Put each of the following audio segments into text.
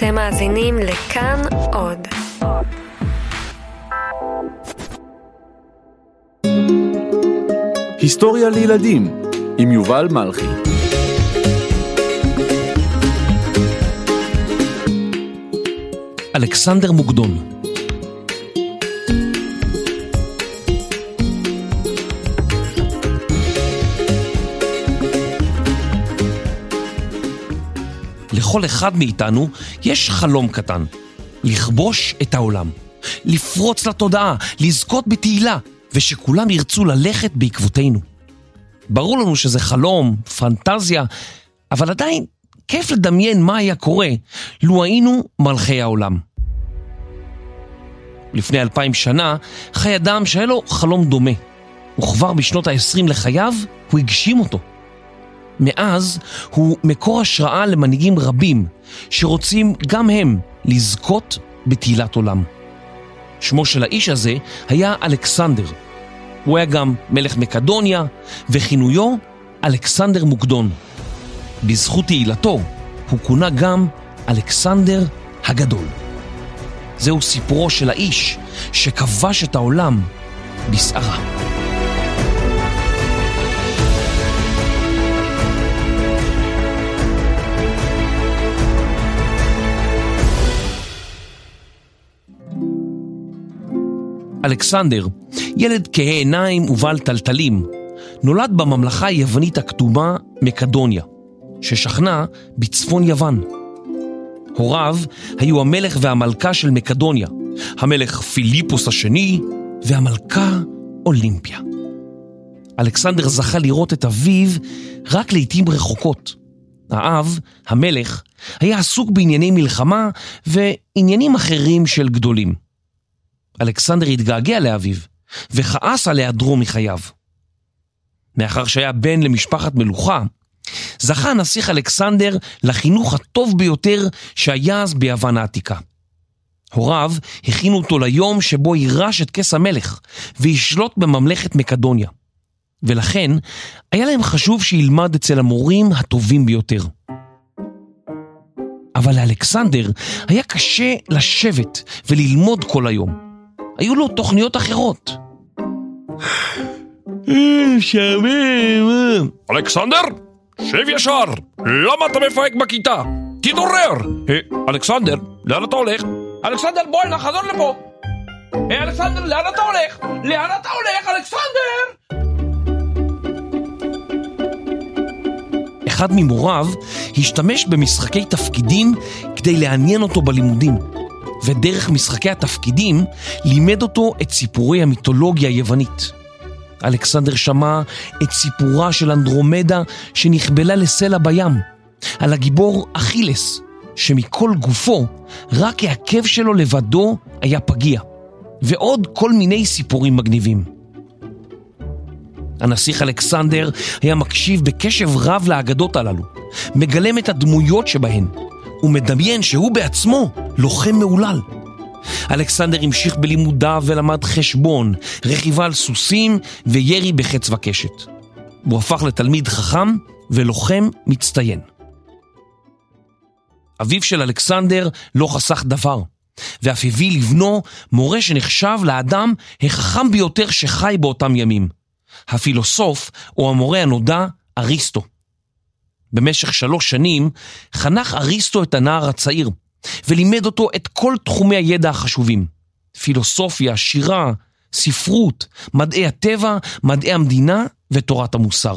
אתם מאזינים לכאן עוד. היסטוריה לילדים עם יובל מלכי. אלכסנדר מוקדון. לכל אחד מאיתנו יש חלום קטן, לכבוש את העולם, לפרוץ לתודעה, לזכות בתהילה, ושכולם ירצו ללכת בעקבותינו. ברור לנו שזה חלום, פנטזיה, אבל עדיין כיף לדמיין מה היה קורה לו היינו מלכי העולם. לפני 2000 שנה חי אדם שהיה לו חלום דומה, וכבר בשנות ה-20 לחייו הוא הגשים אותו. מאז הוא מקור השראה למנהיגים רבים שרוצים גם הם לזכות בתהילת עולם. שמו של האיש הזה היה אלכסנדר. הוא היה גם מלך מקדוניה, וכינויו אלכסנדר מוקדון. בזכות תהילתו הוא כונה גם אלכסנדר הגדול. זהו סיפורו של האיש שכבש את העולם בסערה. אלכסנדר, ילד כהה עיניים ובעל טלטלים, נולד בממלכה היוונית הקדומה מקדוניה, ששכנה בצפון יוון. הוריו היו המלך והמלכה של מקדוניה, המלך פיליפוס השני והמלכה אולימפיה. אלכסנדר זכה לראות את אביו רק לעתים רחוקות. האב, המלך, היה עסוק בענייני מלחמה ועניינים אחרים של גדולים. אלכסנדר התגעגע לאביו וכעס על היעדרו מחייו. מאחר שהיה בן למשפחת מלוכה, זכה הנסיך אלכסנדר לחינוך הטוב ביותר שהיה אז ביוון העתיקה. הוריו הכינו אותו ליום שבו יירש את כס המלך וישלוט בממלכת מקדוניה, ולכן היה להם חשוב שילמד אצל המורים הטובים ביותר. אבל לאלכסנדר היה קשה לשבת וללמוד כל היום. היו לו תוכניות אחרות. שומם. אלכסנדר, שב ישר. למה אתה מפהק בכיתה? תתעורר. אלכסנדר, לאן אתה הולך? אלכסנדר, בוא הנה, חזור לפה. אלכסנדר, לאן אתה הולך? לאן אתה הולך, אלכסנדר? אחד ממוריו השתמש במשחקי תפקידים כדי לעניין אותו בלימודים, ודרך משחקי התפקידים לימד אותו את סיפורי המיתולוגיה היוונית. אלכסנדר שמע את סיפורה של אנדרומדה שנחבלה לסלע בים, על הגיבור אכילס, שמכל גופו רק העקב שלו לבדו היה פגיע, ועוד כל מיני סיפורים מגניבים. הנסיך אלכסנדר היה מקשיב בקשב רב לאגדות הללו, מגלם את הדמויות שבהן, ומדמיין שהוא בעצמו לוחם מעולל. אלכסנדר המשיך בלימודיו ולמד חשבון, רכיבה על סוסים וירי בחץ וקשת. הוא הפך לתלמיד חכם ולוחם מצטיין. אביו של אלכסנדר לא חסך דבר, ואף הביא לבנו מורה שנחשב לאדם החכם ביותר שחי באותם ימים, הפילוסוף או המורה הנודע אריסטו. במשך 3 שנים חנך אריסטו את הנער הצעיר, ולימד אותו את כל תחומי הידע החשובים: פילוסופיה, שירה, ספרות, מדעי הטבע, מדעי המדינה ותורת המוסר.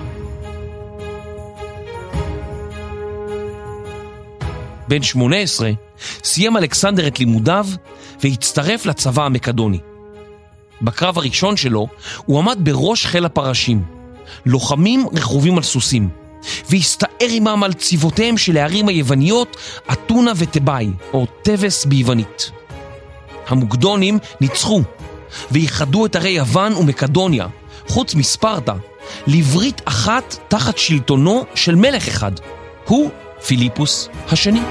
בן 18 סיים אלכסנדר את לימודיו והצטרף לצבא המקדוני. בקרב הראשון שלו הוא עמד בראש חיל הפרשים, לוחמים רכובים על סוסים, והסתער עמם על צבאותיהם של הערים היווניות אתונה וטבעי, או טבס ביוונית. המוקדונים ניצחו ויחדו את ערי יוון ומקדוניה, חוץ מספרטה, לברית אחת תחת שלטונו של מלך אחד, הוא פיליפוס השני.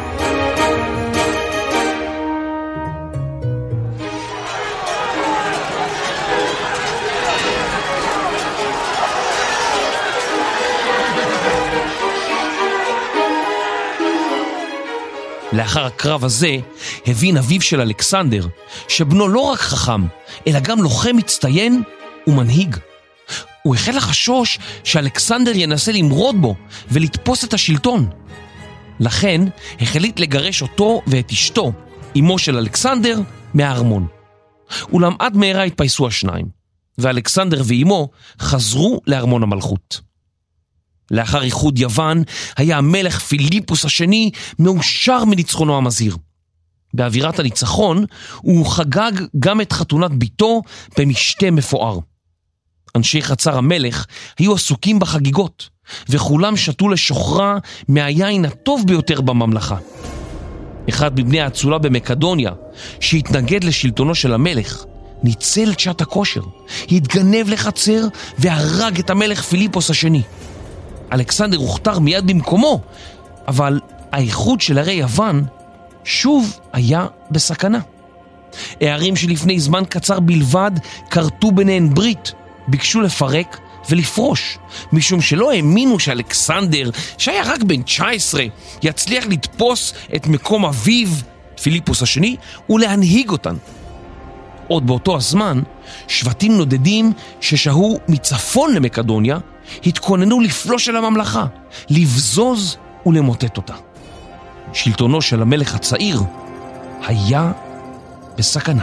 לאחר הקרב הזה הבין אביו של אלכסנדר שבנו לא רק חכם, אלא גם לוחם מצטיין ומנהיג. הוא החל לחשוש שאלכסנדר ינסה למרוד בו ולתפוס את השלטון. לכן החליט לגרש אותו ואת אשתו, אמו של אלכסנדר, מהארמון. אולם עד מהרה התפייסו השניים, ואלכסנדר ואמו חזרו לארמון המלכות. לאחר איחוד יוון היה המלך פיליפוס השני מאושר מניצחונו המזהיר. באווירת הניצחון הוא חגג גם את חתונת ביתו במשתה מפואר. אנשי חצר המלך היו עסוקים בחגיגות, וכולם שתו לשוחרה מהיין הטוב ביותר בממלכה. אחד מבני האצולה במקדוניה, שהתנגד לשלטונו של המלך, ניצל את שעת הכושר, התגנב לחצר והרג את המלך פיליפוס השני. אלכסנדר הוכתר מיד במקומו, אבל האיחוד של ערי יוון שוב היה בסכנה. הערים שלפני זמן קצר בלבד קרתו ביניהן ברית, ביקשו לפרק ולפרוש, משום שלא האמינו שאלכסנדר, שהיה רק בן 19, יצליח לתפוס את מקום אביו, פיליפוס השני, ולהנהיג אותן. עוד באותו הזמן, שבטים נודדים ששהו מצפון למקדוניה, התכוננו לפלוש אל הממלכה, לבזוז ולמוטט אותה. שלטונו של המלך הצעיר היה בסכנה.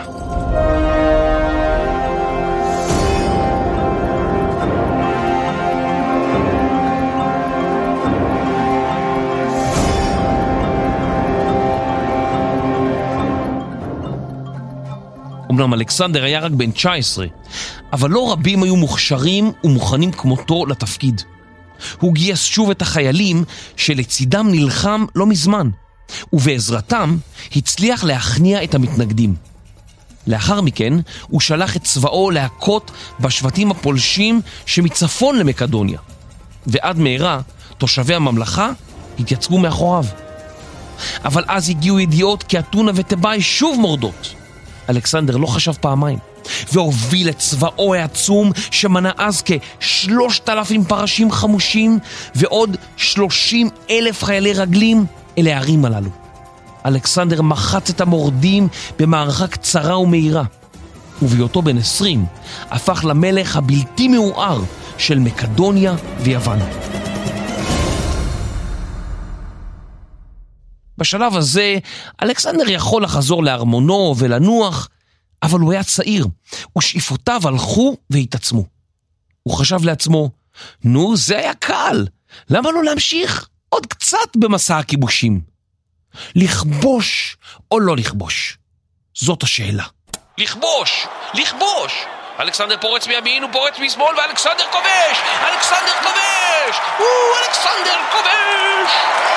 אמנם אלכסנדר היה רק בן 19, אבל לא רבים היו מוכשרים ומוכנים כמותו לתפקיד. הוא גייס שוב את החיילים שלצידם נלחם לא מזמן, ובעזרתם הצליח להכניע את המתנגדים. לאחר מכן הוא שלח את צבאו להכות בשבטים הפולשים שמצפון למקדוניה, ועד מהרה תושבי הממלכה התייצבו מאחוריו. אבל אז הגיעו ידיעות כי אתונה וטבעי שוב מורדות. אלכסנדר לא חשב פעמיים, והוביל את צבאו העצום שמנה אז כ-3,000 פרשים חמושים ועוד 30,000 חיילי רגלים אל הערים הללו. אלכסנדר מחץ את המורדים במערכה קצרה ומהירה, ובהיותו בן 20 הפך למלך הבלתי מעורער של מקדוניה ויוון. בשלב הזה אלכסנדר יכול לחזור לארמונו ולנוח, אבל הוא היה צעיר, ושאיפותיו הלכו והתעצמו. הוא חשב לעצמו, נו, זה היה קל, למה לא להמשיך עוד קצת במסע הכיבושים? לכבוש או לא לכבוש? זאת השאלה. לכבוש! לכבוש! אלכסנדר פורץ מימין ופורץ משמאל, ואלכסנדר כובש! אלכסנדר כובש! אלכסנדר כובש!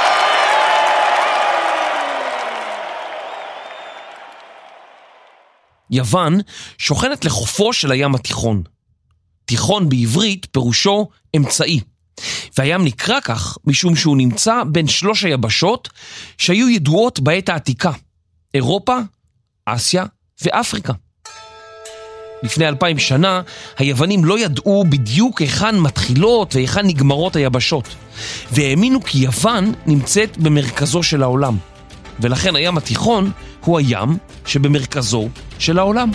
יוון שוכנת לחופו של הים התיכון. תיכון בעברית פירושו אמצעי, והים נקרא כך משום שהוא נמצא בין 3 היבשות שהיו ידועות בעת העתיקה, אירופה, אסיה ואפריקה. לפני 2000 שנה היוונים לא ידעו בדיוק היכן מתחילות והיכן נגמרות היבשות, והאמינו כי יוון נמצאת במרכזו של העולם, ולכן הים התיכון הוא הים שבמרכזו של העולם.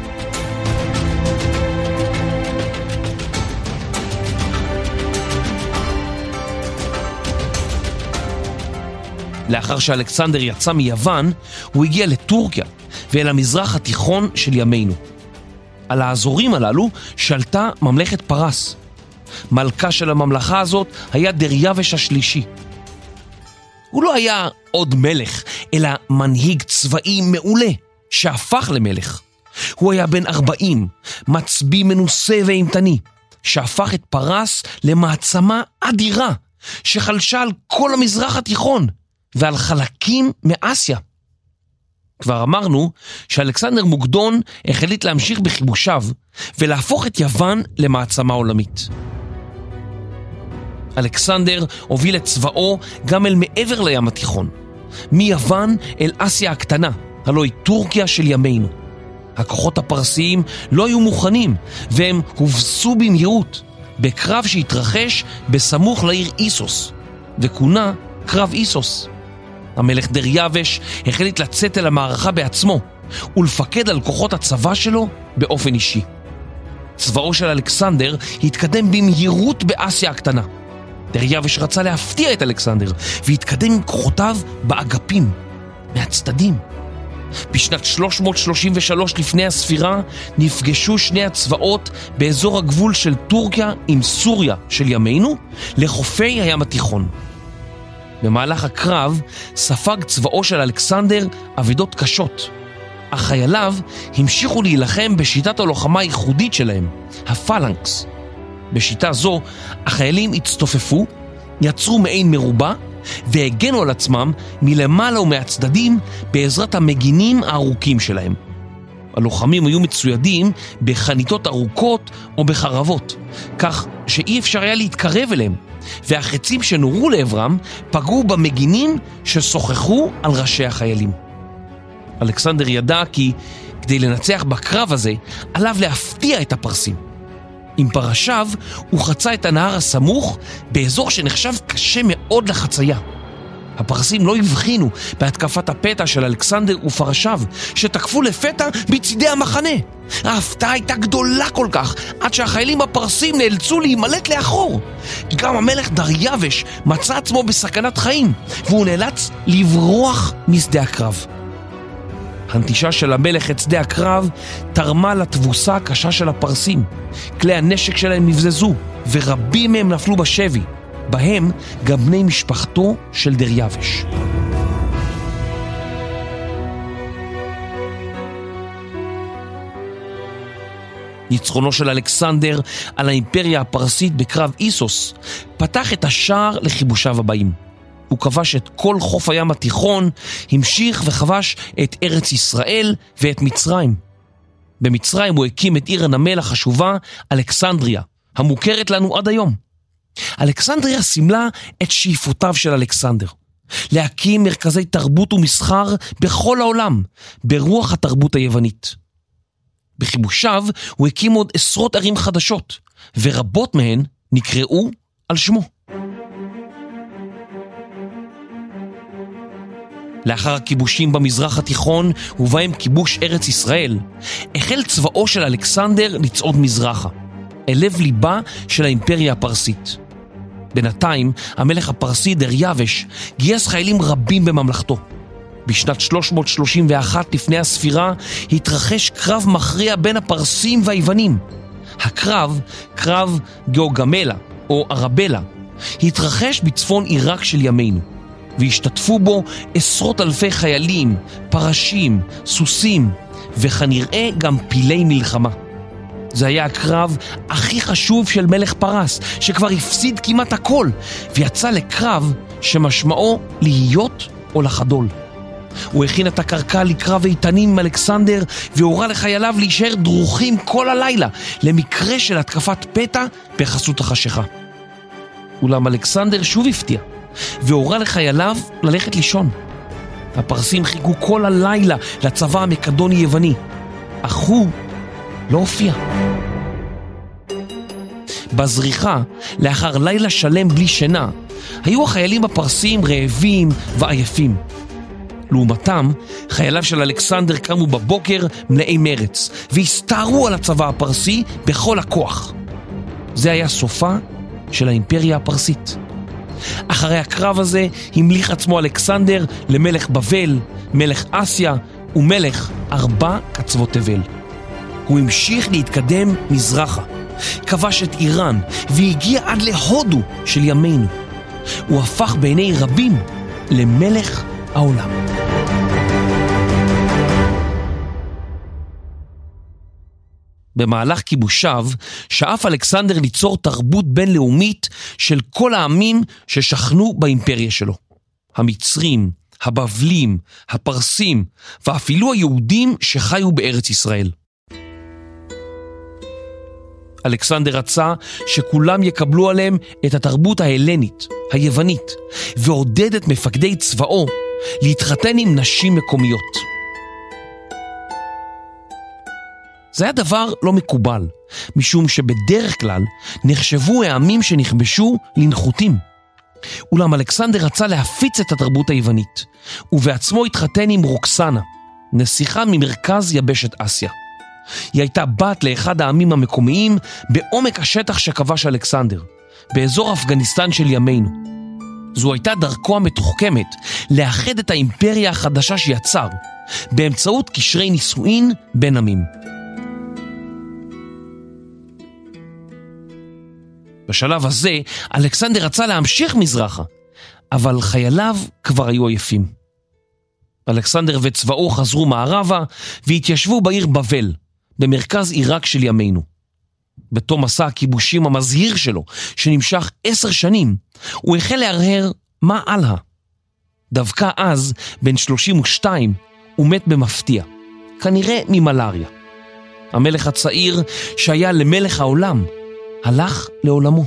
לאחר שאלכסנדר יצא מיוון, הוא הגיע לטורקיה ואל המזרח התיכון של ימינו. על האזורים הללו שלטה ממלכת פרס. מלכה של הממלכה הזאת היה דריווש השלישי. הוא לא היה עוד מלך, אלא מנהיג צבאי מעולה שהפך למלך. הוא היה בן 40, מצביא מנוסה ואימתני, שהפך את פרס למעצמה אדירה, שחלשה על כל המזרח התיכון ועל חלקים מאסיה. כבר אמרנו שאלכסנדר מוקדון החליט להמשיך בכיבושיו ולהפוך את יוון למעצמה עולמית. אלכסנדר הוביל את צבאו גם אל מעבר לים התיכון, מיוון אל אסיה הקטנה, הלוא היא טורקיה של ימינו. הכוחות הפרסיים לא היו מוכנים, והם הובסו במהירות, בקרב שהתרחש בסמוך לעיר איסוס, וכונה קרב איסוס. המלך דריווש החליט לצאת אל המערכה בעצמו ולפקד על כוחות הצבא שלו באופן אישי. צבאו של אלכסנדר התקדם במהירות באסיה הקטנה. דריווש רצה להפתיע את אלכסנדר והתקדם עם כוחותיו באגפים, מהצדדים. בשנת 333 לפני הספירה נפגשו שני הצבאות באזור הגבול של טורקיה עם סוריה של ימינו לחופי הים התיכון. במהלך הקרב ספג צבאו של אלכסנדר אבדות קשות, אך חייליו המשיכו להילחם בשיטת הלוחמה הייחודית שלהם, הפלנקס. בשיטה זו החיילים הצטופפו, יצרו מעין מרובע והגנו על עצמם מלמעלה ומהצדדים בעזרת המגינים הארוכים שלהם. הלוחמים היו מצוידים בחניתות ארוכות או בחרבות, כך שאי אפשר היה להתקרב אליהם, והחצים שנורו לעברם פגעו במגינים ששוחחו על ראשי החיילים. אלכסנדר ידע כי כדי לנצח בקרב הזה עליו להפתיע את הפרסים. עם פרשיו הוא חצה את הנהר הסמוך באזור שנחשב קשה מאוד לחצייה. הפרסים לא הבחינו בהתקפת הפתע של אלכסנדר ופרשיו שתקפו לפתע בצדי המחנה. ההפתעה הייתה גדולה כל כך עד שהחיילים הפרסים נאלצו להימלט לאחור. גם המלך דריווש מצא עצמו בסכנת חיים והוא נאלץ לברוח משדה הקרב. הנטישה של המלך את שדה הקרב תרמה לתבוסה הקשה של הפרסים. כלי הנשק שלהם נבזזו ורבים מהם נפלו בשבי, בהם גם בני משפחתו של דריווש. ניצחונו של אלכסנדר על האימפריה הפרסית בקרב איסוס פתח את השער לכיבושיו הבאים. הוא כבש את כל חוף הים התיכון, המשיך וכבש את ארץ ישראל ואת מצרים. במצרים הוא הקים את עיר הנמל החשובה אלכסנדריה, המוכרת לנו עד היום. אלכסנדריה סימלה את שאיפותיו של אלכסנדר, להקים מרכזי תרבות ומסחר בכל העולם, ברוח התרבות היוונית. בכיבושיו הוא הקים עוד עשרות ערים חדשות, ורבות מהן נקראו על שמו. לאחר הכיבושים במזרח התיכון ובהם כיבוש ארץ ישראל, החל צבאו של אלכסנדר לצעוד מזרחה, אל לב ליבה של האימפריה הפרסית. בינתיים המלך הפרסי דריווש גייס חיילים רבים בממלכתו. בשנת 331 לפני הספירה התרחש קרב מכריע בין הפרסים והיוונים. הקרב, קרב גיאוגמלה או ארבלה, התרחש בצפון עיראק של ימינו, והשתתפו בו עשרות אלפי חיילים, פרשים, סוסים, וכנראה גם פילי מלחמה. זה היה הקרב הכי חשוב של מלך פרס, שכבר הפסיד כמעט הכל, ויצא לקרב שמשמעו להיות או לחדול. הוא הכין את הקרקע לקרב איתנים עם אלכסנדר, והורה לחייליו להישאר דרוכים כל הלילה, למקרה של התקפת פתע בחסות החשיכה. אולם אלכסנדר שוב הפתיע, והורה לחייליו ללכת לישון. הפרסים חיכו כל הלילה לצבא המקדוני-יווני, אך הוא לא הופיע. בזריחה, לאחר לילה שלם בלי שינה, היו החיילים הפרסים רעבים ועייפים. לעומתם, חייליו של אלכסנדר קמו בבוקר מלאי מרץ, והסתערו על הצבא הפרסי בכל הכוח. זה היה סופה של האימפריה הפרסית. אחרי הקרב הזה המליך עצמו אלכסנדר למלך בבל, מלך אסיה ומלך 4 קצוות תבל. הוא המשיך להתקדם מזרחה, כבש את איראן והגיע עד להודו של ימינו. הוא הפך בעיני רבים למלך העולם. במהלך כיבושיו שאף אלכסנדר ליצור תרבות בינלאומית של כל העמים ששכנו באימפריה שלו. המצרים, הבבלים, הפרסים ואפילו היהודים שחיו בארץ ישראל. אלכסנדר רצה שכולם יקבלו עליהם את התרבות ההלנית, היוונית, ועודד את מפקדי צבאו להתחתן עם נשים מקומיות. זה היה דבר לא מקובל, משום שבדרך כלל נחשבו העמים שנכבשו לנחותים. אולם אלכסנדר רצה להפיץ את התרבות היוונית, ובעצמו התחתן עם רוקסנה, נסיכה ממרכז יבשת אסיה. היא הייתה בת לאחד העמים המקומיים בעומק השטח שכבש אלכסנדר, באזור אפגניסטן של ימינו. זו הייתה דרכו המתוחכמת לאחד את האימפריה החדשה שיצר, באמצעות קשרי נישואין בין עמים. בשלב הזה אלכסנדר רצה להמשיך מזרחה, אבל חייליו כבר היו עייפים. אלכסנדר וצבאו חזרו מערבה והתיישבו בעיר בבל, במרכז עיראק של ימינו. בתום מסע הכיבושים המזהיר שלו, שנמשך 10 שנים, הוא החל להרהר מה הלאה. דווקא אז, בן 32, הוא מת במפתיע, כנראה ממלריה. המלך הצעיר שהיה למלך העולם, הלך לעולמו.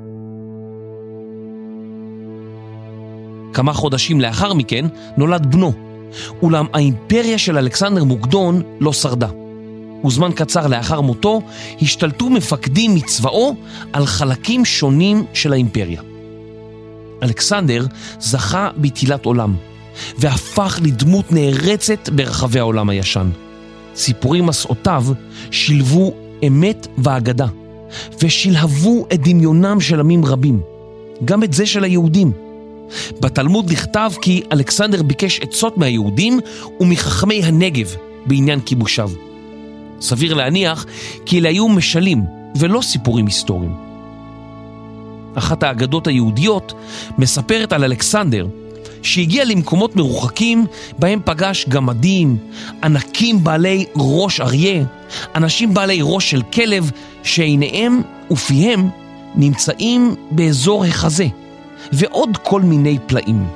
כמה חודשים לאחר מכן נולד בנו, אולם האימפריה של אלכסנדר מוקדון לא שרדה. וזמן קצר לאחר מותו השתלטו מפקדים מצבאו על חלקים שונים של האימפריה. אלכסנדר זכה בתהילת עולם, והפך לדמות נערצת ברחבי העולם הישן. סיפורים מסעותיו שילבו אמת ואגדה, ושלהבו את דמיונם של עמים רבים, גם את זה של היהודים. בתלמוד נכתב כי אלכסנדר ביקש עצות מהיהודים ומחכמי הנגב בעניין כיבושיו. סביר להניח כי אלה היו משלים ולא סיפורים היסטוריים. אחת האגדות היהודיות מספרת על אלכסנדר שהגיע למקומות מרוחקים בהם פגש גמדים, ענקים בעלי ראש אריה, אנשים בעלי ראש של כלב שעיניהם ופיהם נמצאים באזור החזה, ועוד כל מיני פלאים.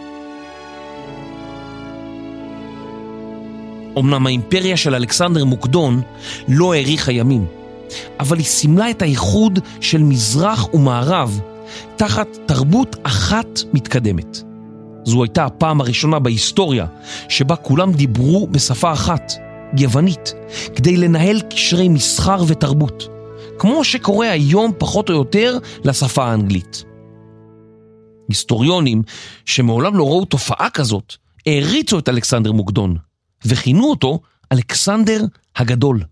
אמנם האימפריה של אלכסנדר מוקדון לא האריכה ימים, אבל היא סימלה את האיחוד של מזרח ומערב תחת תרבות אחת מתקדמת. זו הייתה הפעם הראשונה בהיסטוריה שבה כולם דיברו בשפה אחת, יוונית, כדי לנהל קשרי מסחר ותרבות, כמו שקורה היום פחות או יותר לשפה האנגלית. היסטוריונים שמעולם לא ראו תופעה כזאת העריצו את אלכסנדר מוקדון וכינו אותו אלכסנדר הגדול.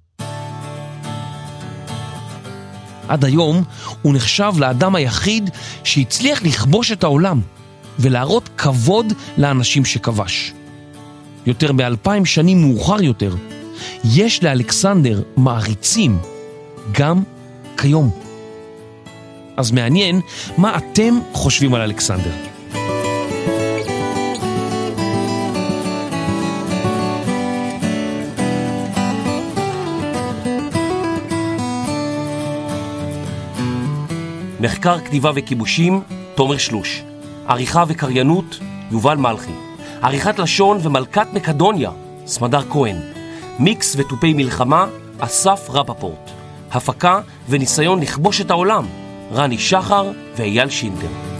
עד היום הוא נחשב לאדם היחיד שהצליח לכבוש את העולם ולהראות כבוד לאנשים שכבש. יותר מ2000 שנים מאוחר יותר, יש לאלכסנדר מעריצים גם כיום. אז מעניין מה אתם חושבים על אלכסנדר. מחקר, כתיבה וכיבושים, תומר שלוש. עריכה וקריינות, יובל מלכי. עריכת לשון ומלכת מקדוניה, סמדר כהן. מיקס וטופי מלחמה, אסף רפפורט. הפקה וניסיון לכבוש את העולם, רני שחר ואייל שינדר.